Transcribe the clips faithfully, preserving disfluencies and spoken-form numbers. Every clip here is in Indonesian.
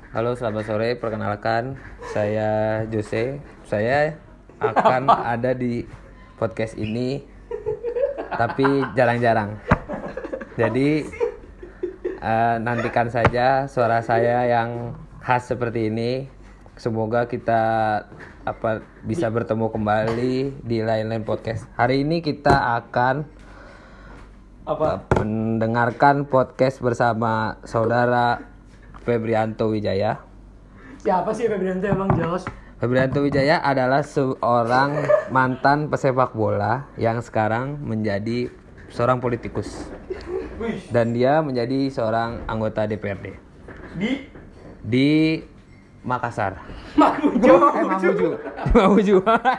Halo, selamat sore. Perkenalkan, saya Jose. Saya akan ada di podcast ini, tapi jarang-jarang. Jadi uh, nantikan saja suara saya yang khas seperti ini. Semoga kita apa bisa bertemu kembali di lain-lain podcast. Hari ini kita akan apa mendengarkan podcast bersama saudara Febrianto Wijaya. Siapa sih Febrianto emang jelas? Febrianto Wijaya adalah seorang mantan pesepak bola yang sekarang menjadi seorang politikus. Dan dia menjadi seorang anggota D P R D. Di di Makassar. Mamuju. Eh, Mamuju. Mamuju.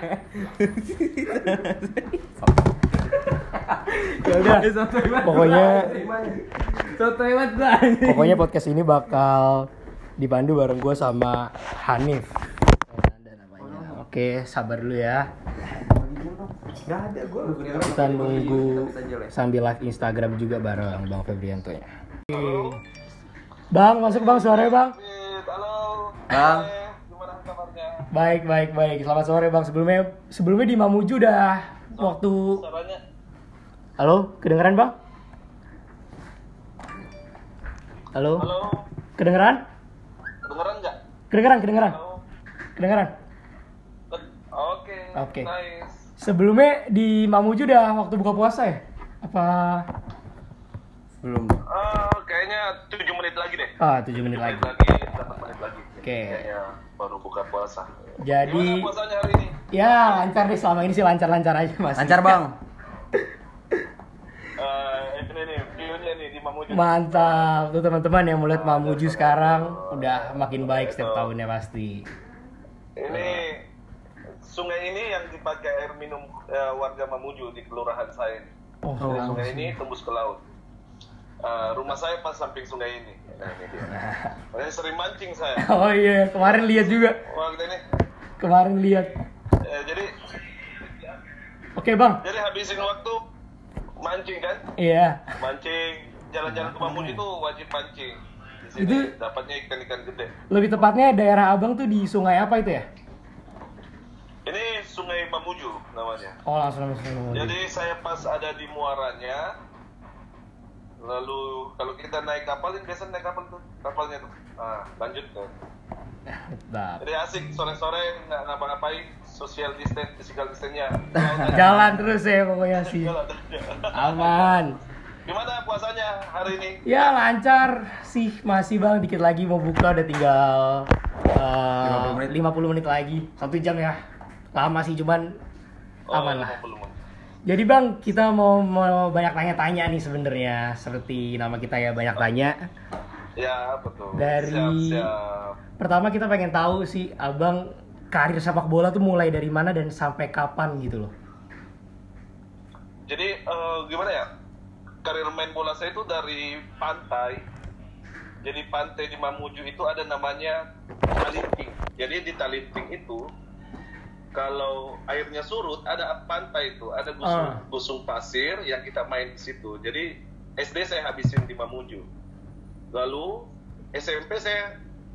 Ya udah. Pokoknya Pokoknya podcast ini bakal dipandu bareng gue sama Hanif. Oke, sabar dulu ya. Kita nunggu sambil live Instagram juga bareng Bang Febrianto ya. Bang, masuk Bang, suaranya Bang. Halo. Bang. Gimana kabarnya? Baik, baik, baik. Selamat sore Bang. Sebelumnya sebelumnya di Mamuju dah waktu Suaranya. Halo, kedengeran Bang? Halo. Halo. Kedengeran? Kedengeran nggak? Kedengeran, kedengeran. Halo. Kedengeran. Oke. Oke. Nice. Sebelumnya di Mamuju dah waktu buka puasa ya? Apa Belum. Ah, kayaknya tujuh menit lagi deh. ah tujuh menit lagi. lagi, delapan menit lagi. Oke. Kayaknya baru buka puasa. Jadi Gimana puasanya hari ini? ya lancar deh, selama ini sih lancar-lancar aja Mas. Lancar, Bang. Eh, ini nih, view-nya nih di Mamuju. Mantap. Tuh teman-teman yang mau lihat Mamuju sekarang udah makin baik setiap tahunnya pasti. Ini sungai ini yang dipakai air minum eh, warga Mamuju di kelurahan saya. Oh, Jadi sungai langsung. ini tembus ke laut. Eh, rumah saya pas samping sungai ini. Nah, ini dia. Makanya sering mancing saya. Oh iya, kemarin lihat juga. Wah, kita ini. Kemarin lihat. Eh, jadi Oke, Bang. jadi habisin waktu mancing kan? Iya. Mancing, jalan-jalan ke Mamuju itu wajib mancing. Di sini Itu- dapatnya ikan-ikan gede. Lebih tepatnya daerah Abang tuh di sungai apa itu ya? Ini Sungai Mamuju namanya. Oh, langsung langsung. Jadi saya pas ada di muaranya, lalu kalau kita naik kapal, ini biasa naik kapal tuh, kapalnya tuh. Nah, lanjut tuh. Mantap. Jadi asik sore-sore nggak ngapa-ngapain, social distance, physical distance-nya. Jalan terus ya pokoknya sih. Jalan. Aman. Gimana puasanya hari ini? Ya lancar sih, masih Bang, dikit lagi mau buka, udah tinggal uh, lima puluh menit. lima puluh menit lagi. Satu jam ya. Lama sih, cuman aman lah. lima puluh menit. Jadi Bang, kita mau, mau banyak tanya-tanya nih sebenarnya. Seperti nama kita ya, banyak tanya. Ya, betul. Dari- Siap-siap. Pertama kita pengen tahu sih, Abang karir sepak bola tuh mulai dari mana dan sampai kapan gitu loh. Jadi eh, gimana ya? Karir main bola saya itu dari pantai. Jadi pantai di Mamuju itu ada namanya Talinting. Jadi di Talinting itu kalau airnya surut ada pantai itu, ada gusung, Ah. gusung pasir yang kita main di situ. Jadi S D saya habisin di Mamuju. Lalu S M P saya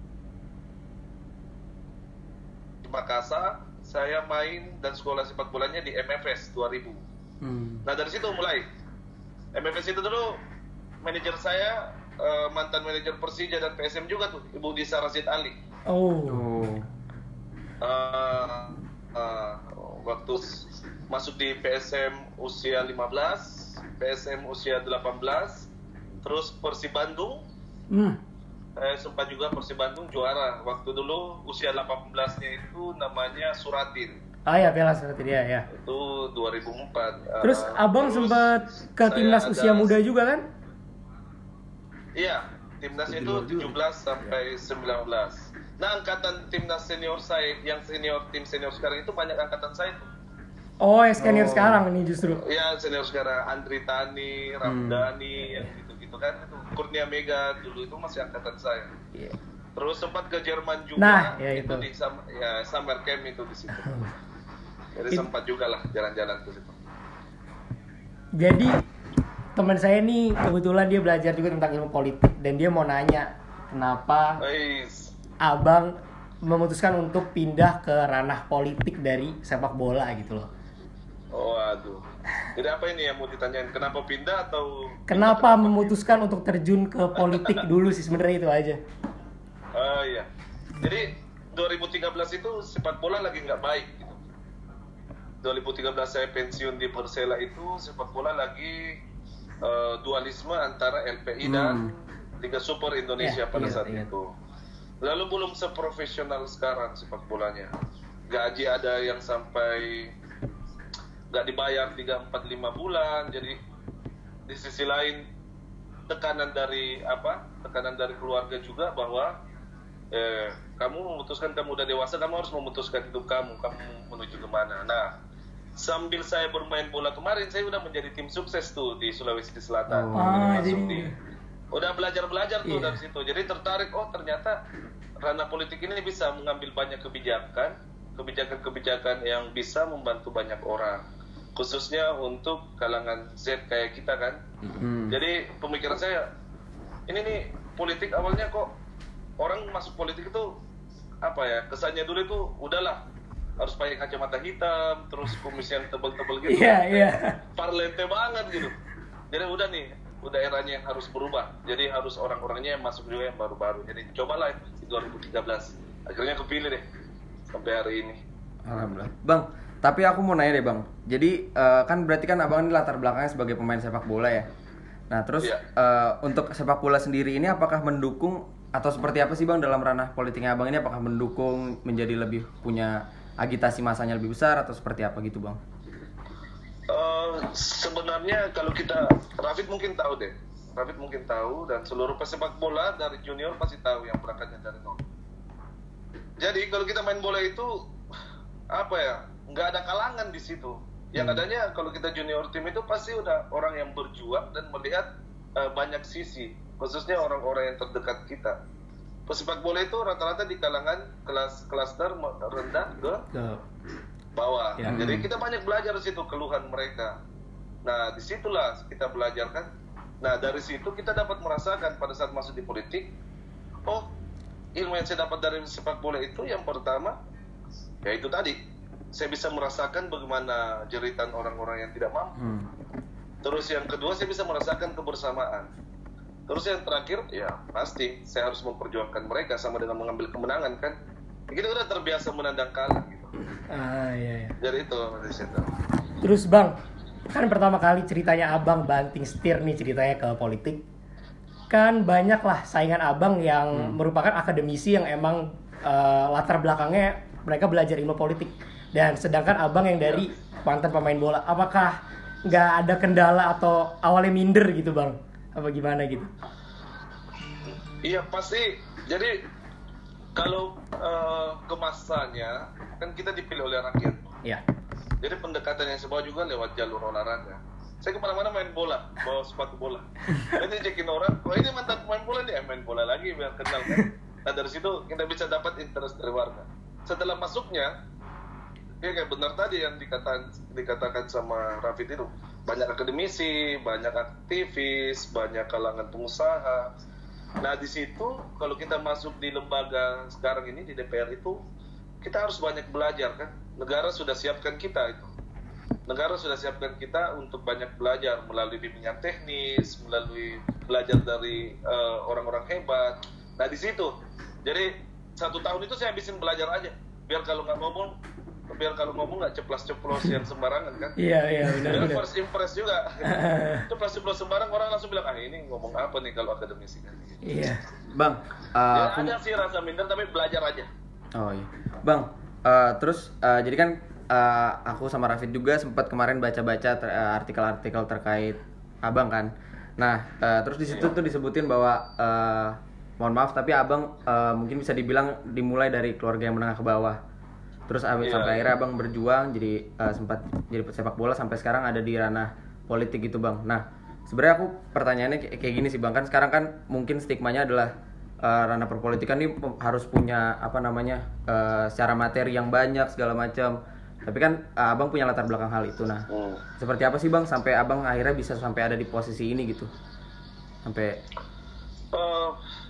di Makassar, saya main dan sekolah sepak bolanya di M F S dua ribu. Hmm. Nah dari situ mulai M F S itu dulu manajer saya eh, mantan manajer Persija dan P S M juga tuh, Ibu Disa Rasid Ali. Oh. Oh. Eh, eh, waktu s- masuk di P S M usia lima belas, P S M usia delapan belas, terus Persib Bandung. Hmm. Saya sempat juga Persib Bandung juara. Waktu dulu usia delapan belasnya itu namanya Suratin. Oh ya, Piala seperti dia ya. Itu dua ribu empat. Terus Eh, Abang terus sempat ke saya timnas ada- usia muda juga kan? Iya, timnas itu tujuh belas sampai sembilan belas. Nah, angkatan timnas senior saya, yang senior tim senior sekarang itu banyak angkatan saya tuh. Oh, ya senior Oh. sekarang ini justru. Ya, senior sekarang Andri Tani, Ramdhani, yang gitu-gitu kan itu. Kurnia Mega dulu itu masih angkatan saya. Iya. Terus sempat ke Jerman juga. Nah, ya itu. di sam- ya, summer camp itu di situ. Jadi It- sempat juga lah jalan-jalan ke situ. Jadi teman saya nih kebetulan dia belajar juga tentang ilmu politik dan dia mau nanya kenapa Guys, abang memutuskan untuk pindah ke ranah politik dari sepak bola gitu loh? Oh aduh. Jadi apa ini yang mau ditanyain? Kenapa pindah atau? Kenapa memutuskan untuk terjun ke politik dulu sih, sebenarnya itu aja. Ah uh, iya. Jadi dua ribu tiga belas itu sepak bola lagi nggak baik gitu. dua ribu tiga belas saya pensiun di Persela itu sepak bola lagi uh, dualisme antara L P I hmm. dan Liga Super Indonesia yeah, pada yeah, saat yeah. itu. Lalu belum seprofesional sekarang sepak bolanya. Gaji ada yang sampai nggak dibayar tiga empat lima bulan. Jadi di sisi lain tekanan dari apa? Tekanan dari keluarga juga bahwa eh, kamu memutuskan, kamu udah dewasa, kamu harus memutuskan hidup kamu, kamu menuju kemana. Nah, sambil saya bermain bola kemarin, saya udah menjadi tim sukses tuh di Sulawesi Selatan. Oh, ah, jadi di, udah belajar-belajar tuh yeah. dari situ. Jadi tertarik, oh ternyata ranah politik ini bisa mengambil banyak kebijakan, kebijakan-kebijakan yang bisa membantu banyak orang, khususnya untuk kalangan Z kayak kita kan. Mm-hmm. Jadi pemikiran saya, ini nih politik awalnya kok orang masuk politik itu apa ya, kesannya dulu itu udahlah harus pakai kacamata hitam, terus kumis yang tebal-tebal gitu, yeah, yeah. parlente banget gitu. Jadi udah nih, udah eranya yang harus berubah. Jadi harus orang-orangnya yang masuk juga yang baru-baru. Jadi cobalah di dua ribu tiga belas. Akhirnya kepilih deh sampai hari ini. Alhamdulillah. Bang, tapi aku mau nanya deh bang. Jadi uh, kan berarti kan abang ini latar belakangnya sebagai pemain sepak bola ya. Nah terus yeah. uh, untuk sepak bola sendiri ini apakah mendukung atau seperti apa sih bang dalam ranah politiknya abang ini? Apakah mendukung menjadi lebih punya agitasi masanya lebih besar atau seperti apa gitu bang? Uh, sebenarnya kalau kita, Rafid mungkin tahu deh, Rafid mungkin tahu dan seluruh pesepak bola dari junior pasti tahu yang berangkatnya dari nol. Jadi kalau kita main bola itu apa ya, nggak ada kalangan di situ. Yang hmm. adanya kalau kita junior tim itu pasti udah orang yang berjuang dan melihat uh, banyak sisi, khususnya orang-orang yang terdekat kita. Pesepak bola itu rata-rata di kalangan kelas klaster rendah ke bawah. Ya. Jadi kita banyak belajar di situ keluhan mereka. Nah, disitulah kita belajar kan. Nah, dari situ kita dapat merasakan pada saat masuk di politik, oh, ilmu yang saya dapat dari sepak bola itu yang pertama, ya itu tadi, saya bisa merasakan bagaimana jeritan orang-orang yang tidak mampu. Hmm. Terus yang kedua, saya bisa merasakan kebersamaan. Terus yang terakhir, ya pasti saya harus memperjuangkan mereka sama dengan mengambil kemenangan kan. Kita udah terbiasa menandang kalah gitu. Ah iya. iya. Jadi itu dari situ. Terus bang, kan pertama kali ceritanya abang banting setir nih ceritanya ke politik. Kan banyak lah saingan abang yang hmm. merupakan akademisi yang emang uh, latar belakangnya mereka belajar ilmu politik. Dan sedangkan abang yang dari ya. mantan pemain bola, apakah nggak ada kendala atau awalnya minder gitu bang? Apa gimana gitu? Iya pasti. Jadi kalau uh, kemasannya kan kita dipilih oleh rakyat. Iya. Jadi pendekatan yang sebawa juga lewat jalur olahraga. Saya kemana-mana main bola, bawa sepatu bola. Nanti cekin orang, wah ini mantan pemain bola nih, main bola lagi biar kenal kan. Nah dari situ kita bisa dapat interest dari warga. Setelah masuknya, ya kayak benar tadi yang dikatakan dikatakan sama Rafid itu. Banyak akademisi, banyak aktivis, banyak kalangan pengusaha. Nah di situ kalau kita masuk di lembaga sekarang ini di D P R itu kita harus banyak belajar kan. Negara sudah siapkan kita itu. Negara sudah siapkan kita untuk banyak belajar melalui bimbingan teknis, melalui belajar dari uh, orang-orang hebat. Nah di situ, jadi satu tahun itu saya habisin belajar aja. Biar kalau nggak ngomong biar kalau ngomong nggak ceplas-ceplos yang sembarangan kan. Iya iya benar. Biar first impress juga. Ceplas-ceplos sembarang orang langsung bilang ah ini ngomong apa nih kalau akademisi kan. Iya. Bang, uh, ya, aku... ada sih rasa minder tapi belajar aja. Oh iya. Bang, uh, terus uh, jadi kan uh, aku sama Rafid juga sempat kemarin baca-baca ter- uh, artikel-artikel terkait abang kan. Nah, uh, terus di situ iya. tuh disebutin bahwa uh, mohon maaf tapi abang uh, mungkin bisa dibilang dimulai dari keluarga yang menengah ke bawah. Terus yeah. sampai akhirnya abang berjuang jadi uh, sempat jadi sepak bola sampai sekarang ada di ranah politik gitu bang. Nah sebenarnya aku pertanyaannya kayak, kayak gini sih bang, kan sekarang kan mungkin stigmanya adalah uh, ranah perpolitikan ini harus punya apa namanya uh, secara materi yang banyak segala macam. Tapi kan uh, abang punya latar belakang hal itu. Nah hmm. seperti apa sih bang sampai abang akhirnya bisa sampai ada di posisi ini gitu? Sampai uh,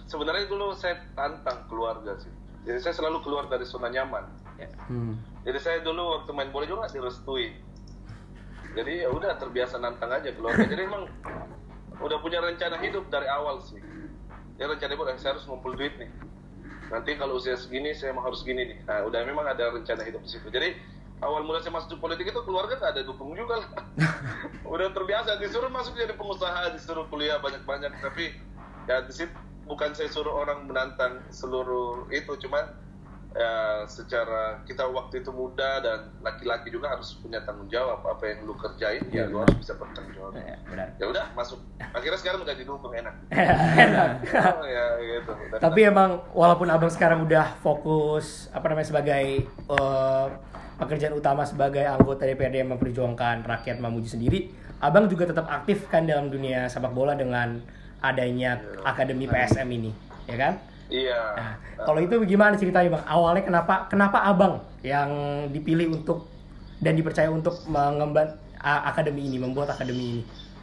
sebenarnya dulu saya tantang keluarga sih. Jadi saya selalu keluar dari zona nyaman. Ya. Hmm. Jadi saya dulu waktu main bola juga nggak direstui. Jadi ya udah terbiasa nantang aja keluarga. Jadi emang udah punya rencana hidup dari awal sih. Ya rencana hidup, saya harus ngumpul duit nih. Nanti kalau usia segini saya emang harus gini nih. Nah, udah memang ada rencana hidup di situ. Jadi awal mulai saya masuk politik itu keluarga nggak ada dukung juga lah. Udah terbiasa disuruh masuk jadi pengusaha, disuruh kuliah banyak-banyak. Tapi ya di situ bukan saya suruh orang menantang seluruh itu, cuman ya secara kita waktu itu muda dan laki-laki juga harus punya tanggung jawab. Apa yang lu kerjain ya, ya lu harus bisa bertanggung jawab. Ya, benar. Ya udah masuk. Akhirnya sekarang udah didukung, enak. Enak. Oh, ya gitu. Udah, Tapi emang walaupun abang sekarang udah fokus apa namanya sebagai uh, pekerjaan utama sebagai anggota D P R D yang memperjuangkan rakyat Mamuju sendiri, abang juga tetap aktif kan dalam dunia sepak bola dengan adanya ya. Akademi P S M ini, ya kan? Iya. Nah, kalau itu gimana ceritanya bang? Awalnya kenapa kenapa abang yang dipilih untuk dan dipercaya untuk mengemban a- akademi ini, membuat akademi ini?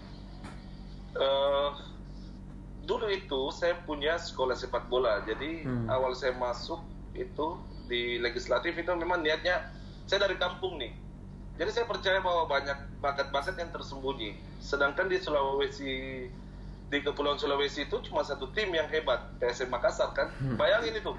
Uh, dulu itu saya punya sekolah sepak bola. Jadi Hmm. awal saya masuk itu di legislatif itu memang niatnya saya dari kampung nih. Jadi saya percaya bahwa banyak bakat-bakat yang tersembunyi. Sedangkan di Sulawesi, di Kepulauan Sulawesi itu cuma satu tim yang hebat, P S M Makassar kan. Bayangin itu.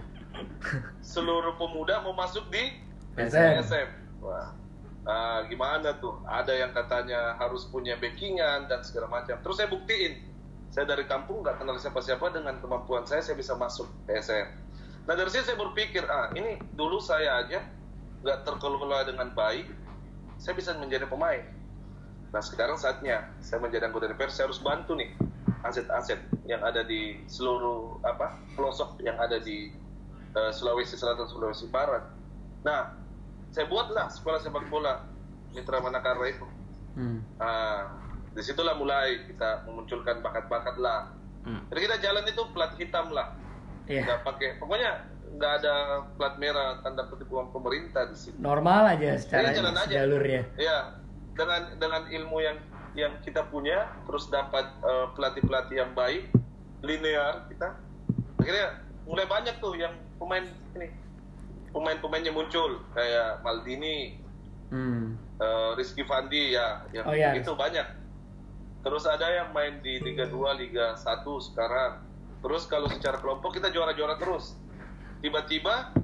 Seluruh pemuda mau masuk di P S P M. S M. Wah. Nah, gimana tuh? Ada yang katanya harus punya backingan dan segala macam. Terus saya buktiin. Saya dari kampung nggak kenal siapa-siapa, dengan kemampuan saya saya bisa masuk P S M. Nah dari sini saya berpikir, ah ini dulu saya aja nggak terkelola dengan baik, saya bisa menjadi pemain. Nah sekarang saatnya saya menjadi anggota D P R, saya harus bantu nih aset-aset yang ada di seluruh apa pelosok yang ada di uh, Sulawesi Selatan, Sulawesi Barat. Nah saya buatlah sekolah sepak bola Mitra Manakara itu. Hmm. Nah, disitulah mulai kita memunculkan bakat-bakat lah. Hmm. Jadi kita jalan itu plat hitam lah. Iya. Nggak pakai, pokoknya nggak ada plat merah tanda kutip uang pemerintah di situ. Normal aja secara Jadi jalan aja. jalurnya. Ya, dengan dengan ilmu yang yang kita punya, terus dapat uh, pelatih-pelatih yang baik, linear kita. Akhirnya mulai banyak tuh yang pemain ini, pemain-pemainnya muncul kayak Maldini, Hmm. uh, Rizky Fandi ya, yang Oh, iya. itu banyak. Terus ada yang main di Liga dua, Liga satu sekarang. Terus kalau secara kelompok kita juara-juara terus. Tiba-tiba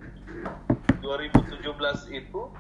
dua ribu tujuh belas itu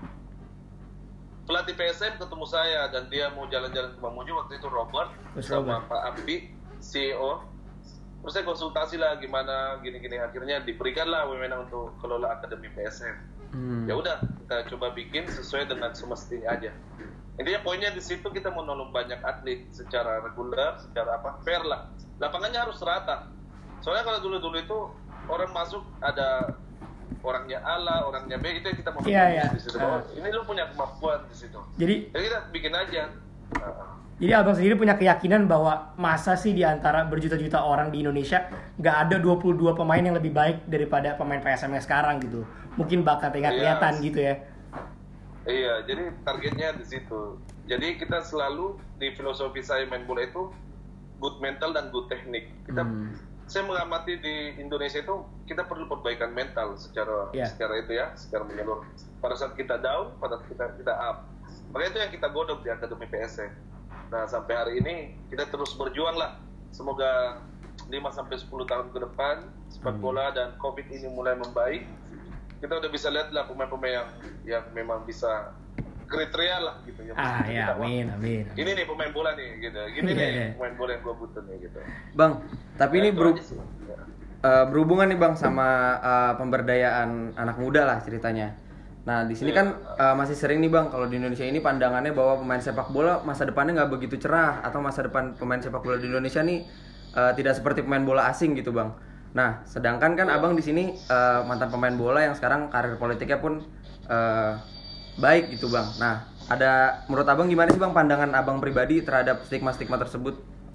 pelatih P S M ketemu saya dan dia mau jalan-jalan ke Mamuju, waktu itu Robert Terus sama Robert. Pak Abi, C E O. Terus saya konsultasi lah gimana gini-gini, akhirnya diberikanlah wewenang untuk kelola akademi P S M. Hmm. Ya udah kita coba bikin sesuai dengan semestinya aja. Intinya poinnya di situ kita mau nolong banyak atlet secara reguler, secara apa fair lah. Lapangannya harus rata. Soalnya kalau dulu-dulu itu orang masuk ada orangnya A lah, orangnya B, itu yang kita mau Iya, iya. di situ. Uh. Ini lu punya kemampuan di situ. Jadi Jadi kita bikin aja. Nah, Jadi abang sendiri punya keyakinan bahwa masa sih di antara berjuta-juta orang di Indonesia nggak ada dua puluh dua pemain yang lebih baik daripada pemain P S M yang sekarang gitu. Mungkin bakatnya nggak Iya. kelihatan gitu ya. Iya, jadi targetnya di situ. Jadi kita selalu di filosofi saya main bola itu good mental dan good teknik. Kita, Hmm. saya mengamati di Indonesia itu kita perlu perbaikan mental secara Iya. secara itu ya, secara menyeluruh. Pada saat kita down, pada saat kita kita up. Makanya itu yang kita godok di Akademi P S M. Nah sampai hari ini kita terus berjuang lah. Semoga lima sampai sepuluh tahun ke depan sepak bola dan Covid ini mulai membaik. Kita udah bisa lihat lah pemain-pemain yang yang memang bisa kriteria lah gitu ya. Ah ya, Kita, wah, amin, amin. Ini nih pemain bola nih gitu. Gini Iya, nih iya. pemain bola yang gue butuh nih gitu. Bang, tapi Ya, ini itu beru- aja sih. Ya. eh, berhubungan nih Bang sama eh, pemberdayaan anak muda lah ceritanya. Nah di sini Iya. kan eh, masih sering nih Bang, kalau di Indonesia ini pandangannya bahwa pemain sepak bola masa depannya nggak begitu cerah, atau masa depan pemain sepak bola di Indonesia nih eh, tidak seperti pemain bola asing gitu Bang. Nah sedangkan kan Abang di sini eh, mantan pemain bola yang sekarang karir politiknya pun eh, baik gitu Bang. Nah ada menurut Abang gimana sih Bang pandangan Abang pribadi terhadap stigma-stigma tersebut?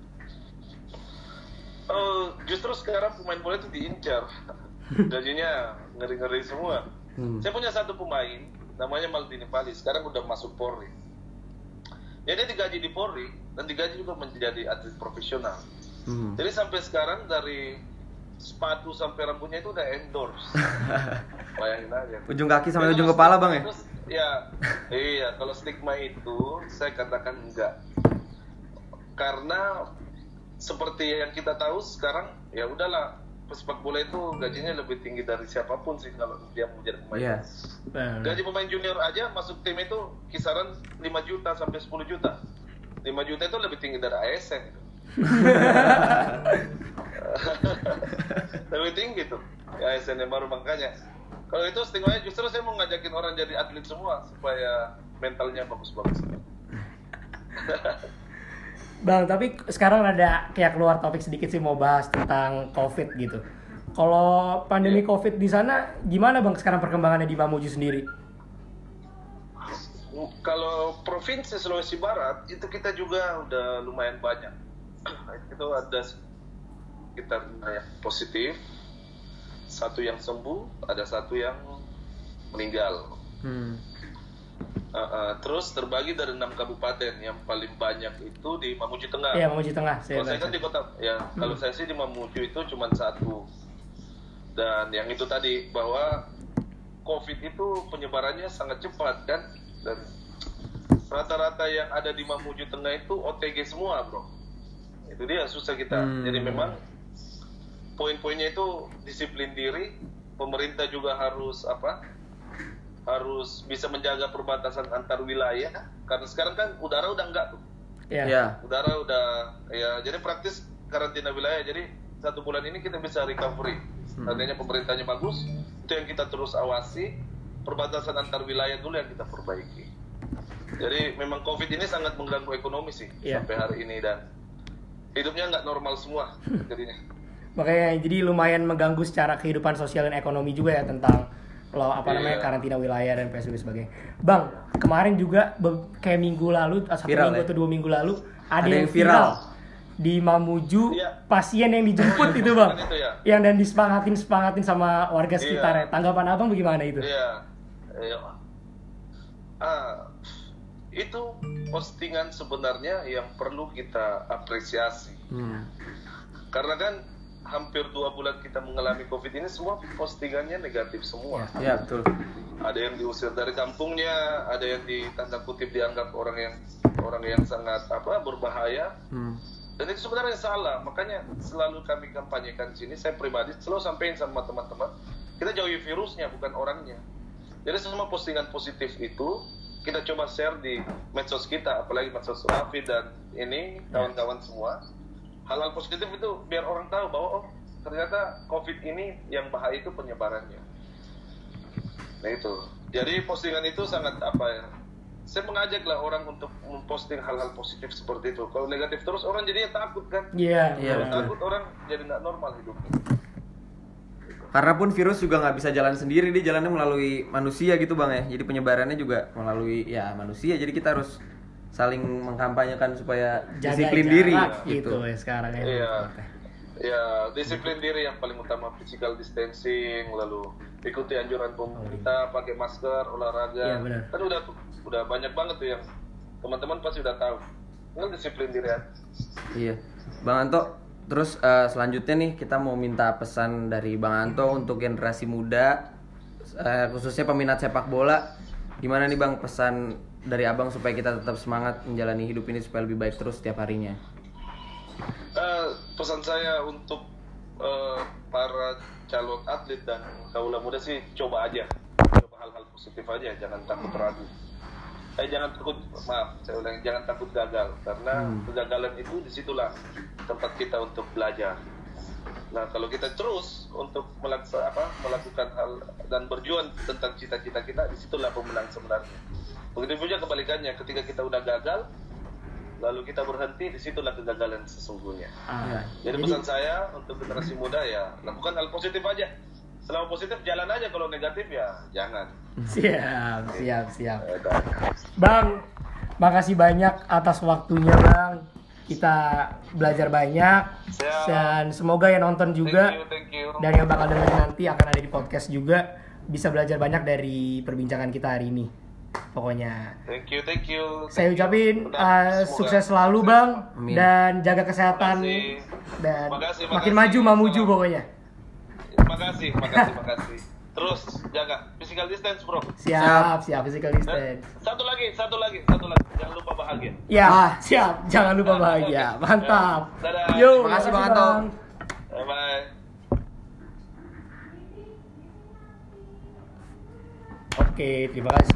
Oh, justru sekarang pemain bola itu diincar. Gajinya ngeri-ngeri semua. Hmm. Saya punya satu pemain, namanya Maldini Pali. Sekarang udah masuk Polri. Ya dia digaji di Polri dan digaji juga menjadi atlet profesional. Hmm. Jadi sampai sekarang dari sepatu sampai rambutnya itu udah endorse. Bayangin aja. Ujung kaki sampai Jadi ujung kalau kepala stigma bang ya? itu, ya, iya. Kalau stigma itu saya katakan enggak. Karena seperti yang kita tahu sekarang, ya udahlah, pesepak bola itu gajinya lebih tinggi dari siapapun sih kalau dia mau jadi pemain. Iya. Gaji pemain junior aja masuk tim itu kisaran lima juta sampai sepuluh juta. lima juta itu lebih tinggi dari A S N. Lebih tinggi tuh. Ya A S N yang baru, makanya. Kalau itu stigmanya justru saya mau ngajakin orang jadi atlet semua supaya mentalnya bagus-bagus. Bang, tapi sekarang ada kayak keluar topik sedikit sih, mau bahas tentang COVID gitu. Kalau pandemi COVID di sana gimana Bang sekarang perkembangannya di Mamuju sendiri? Kalau provinsi Sulawesi Barat itu kita juga udah lumayan banyak. Itu ada sekitar yang positif, satu yang sembuh, ada satu yang meninggal. Hmm. Uh, uh, terus terbagi dari enam kabupaten, yang paling banyak itu di Mamuju Tengah. Iya, Mamuju Tengah. Saya kalau saya kan di kota, ya. Hmm. Kalau saya sih di Mamuju itu cuma satu. Dan yang itu tadi bahwa COVID itu penyebarannya sangat cepat kan, dan rata-rata yang ada di Mamuju Tengah itu O T G semua, bro. Itu dia susah kita. Hmm. Jadi memang poin-poinnya itu disiplin diri, pemerintah juga harus apa? harus bisa menjaga perbatasan antar wilayah, karena sekarang kan udara udah enggak tuh. Iya. Yeah. Udara udah ya, jadi praktis karantina wilayah. Jadi satu bulan ini kita bisa recovery. Hmm. Artinya pemerintahnya bagus, itu yang kita terus awasi. Perbatasan antar wilayah dulu yang kita perbaiki. Jadi memang COVID ini sangat mengganggu ekonomi sih yeah. sampai hari ini, dan hidupnya nggak normal semua jadinya. Makanya jadi lumayan mengganggu secara kehidupan sosial dan ekonomi juga ya, tentang lo apa namanya yeah. karantina wilayah dan P S B B sebagainya. Bang, kemarin juga be- kayak minggu lalu, satu viral, minggu ya? atau dua minggu lalu ada, ada yang viral, viral di Mamuju, yeah. pasien yang dijemput itu bang, itu, ya? yang dan disemangatin semangatin sama warga sekitarnya. Yeah. Tanggapan abang bagaimana itu? Iya, yeah. yeah. ah, itu postingan sebenarnya yang perlu kita apresiasi, hmm. karena kan hampir dua bulan kita mengalami COVID ini, semua postingannya negatif semua. Ya, betul. Ada yang diusir dari kampungnya, ada yang di tanda kutip dianggap orang yang orang yang sangat apa berbahaya. Hmm. Dan itu sebenarnya salah. Makanya selalu kami kampanyekan di sini. Saya pribadi selalu sampaikan sama teman-teman, kita jauhi virusnya, bukan orangnya. Jadi semua postingan positif itu kita coba share di medsos kita, apalagi medsos Rafi dan ini kawan-kawan semua. Hal-hal positif itu biar orang tahu bahwa oh ternyata COVID ini yang bahaya itu penyebarannya. Nah itu. Jadi postingan itu sangat apa ya? Saya mengajaklah orang untuk memposting hal-hal positif seperti itu. Kalau negatif terus orang jadinya takut kan? Iya. Yeah, yeah, takut orang jadi nggak normal hidupnya. Karena pun virus juga nggak bisa jalan sendiri, dia jalannya melalui manusia gitu bang ya. Jadi penyebarannya juga melalui ya manusia. Jadi kita harus saling mengkampanyekan supaya jaga disiplin jarak, diri gitu, gitu ya sekarang ya. Iya. Ya, disiplin diri yang paling utama, physical distancing, lalu ikuti anjuran pemerintah, pakai masker, olahraga. Iya, kan udah udah banyak banget tuh yang teman-teman pasti udah tahu. Tinggal disiplin diri ya. Iya. Bang Anto, terus uh, selanjutnya nih kita mau minta pesan dari Bang Anto untuk generasi muda, uh, khususnya peminat sepak bola. Gimana nih Bang pesan dari abang supaya kita tetap semangat menjalani hidup ini supaya lebih baik terus setiap harinya? Uh, pesan saya untuk uh, para calon atlet dan kaula muda sih, coba aja, coba hal-hal positif aja, jangan takut ragu. Eh jangan takut, maaf, saya ulangi, jangan takut gagal, karena hmm. kegagalan itu disitulah tempat kita untuk belajar. Nah kalau kita terus untuk melakukan apa, melakukan hal dan berjuang tentang cita-cita kita, disitulah pemenang sebenarnya. Begitu juga kebalikannya, ketika kita udah gagal, lalu kita berhenti, disitulah kegagalan sesungguhnya. Ah, jadi, jadi pesan saya untuk generasi muda ya, lakukan hal positif aja. Selama positif jalan aja, kalau negatif ya jangan. Siap, siap, siap. Bang, makasih banyak atas waktunya Bang. Kita belajar banyak. Siap. Dan semoga yang nonton juga, thank you, thank you. dan yang bakal denger nanti akan ada di podcast juga, bisa belajar banyak dari perbincangan kita hari ini. Pokoknya thank you, thank you. Saya thank ucapin you. Uh, sukses selalu Bang. Amin. Dan jaga kesehatan. Makasih. Dan makasih, makin makasih. maju Mamuju pokoknya. makasih, makasih, makasih. Terus jaga physical distance, bro. Siap, siap physical distance. Satu lagi, satu lagi, satu lagi. Jangan lupa bahagia. Ya, Ah. siap. Jangan lupa bahagia. Mantap. Dadah. Yo, Makasih, Bang makasih, Anto. Bang. Bye bye. Oke, terima kasih.